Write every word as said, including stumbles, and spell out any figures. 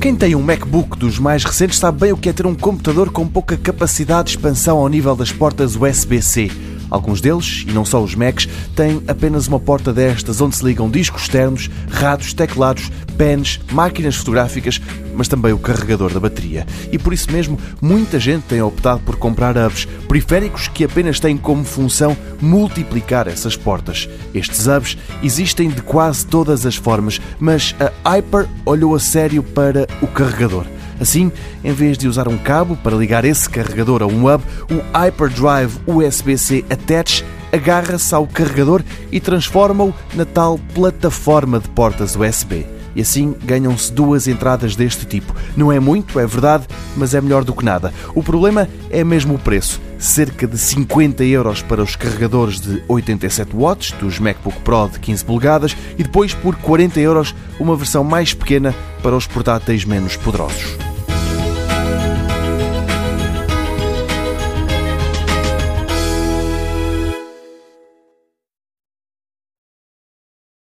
Quem tem um MacBook dos mais recentes sabe bem o que é ter um computador com pouca capacidade de expansão ao nível das portas U S B C. Alguns deles, e não só os Macs, têm apenas uma porta destas onde se ligam discos externos, ratos, teclados, pens, máquinas fotográficas, mas também o carregador da bateria. E por isso mesmo, muita gente tem optado por comprar hubs, periféricos que apenas têm como função multiplicar essas portas. Estes hubs existem de quase todas as formas, mas a Hyper olhou a sério para o carregador. Assim, em vez de usar um cabo para ligar esse carregador a um hub, o HyperDrive U S B C Attach agarra-se ao carregador e transforma-o na tal plataforma de portas U S B. E assim ganham-se duas entradas deste tipo. Não é muito, é verdade, mas é melhor do que nada. O problema é mesmo o preço. Cerca de cinquenta euros para os carregadores de oitenta e sete watts dos MacBook Pro de quinze polegadas e depois por quarenta euros uma versão mais pequena para os portáteis menos poderosos.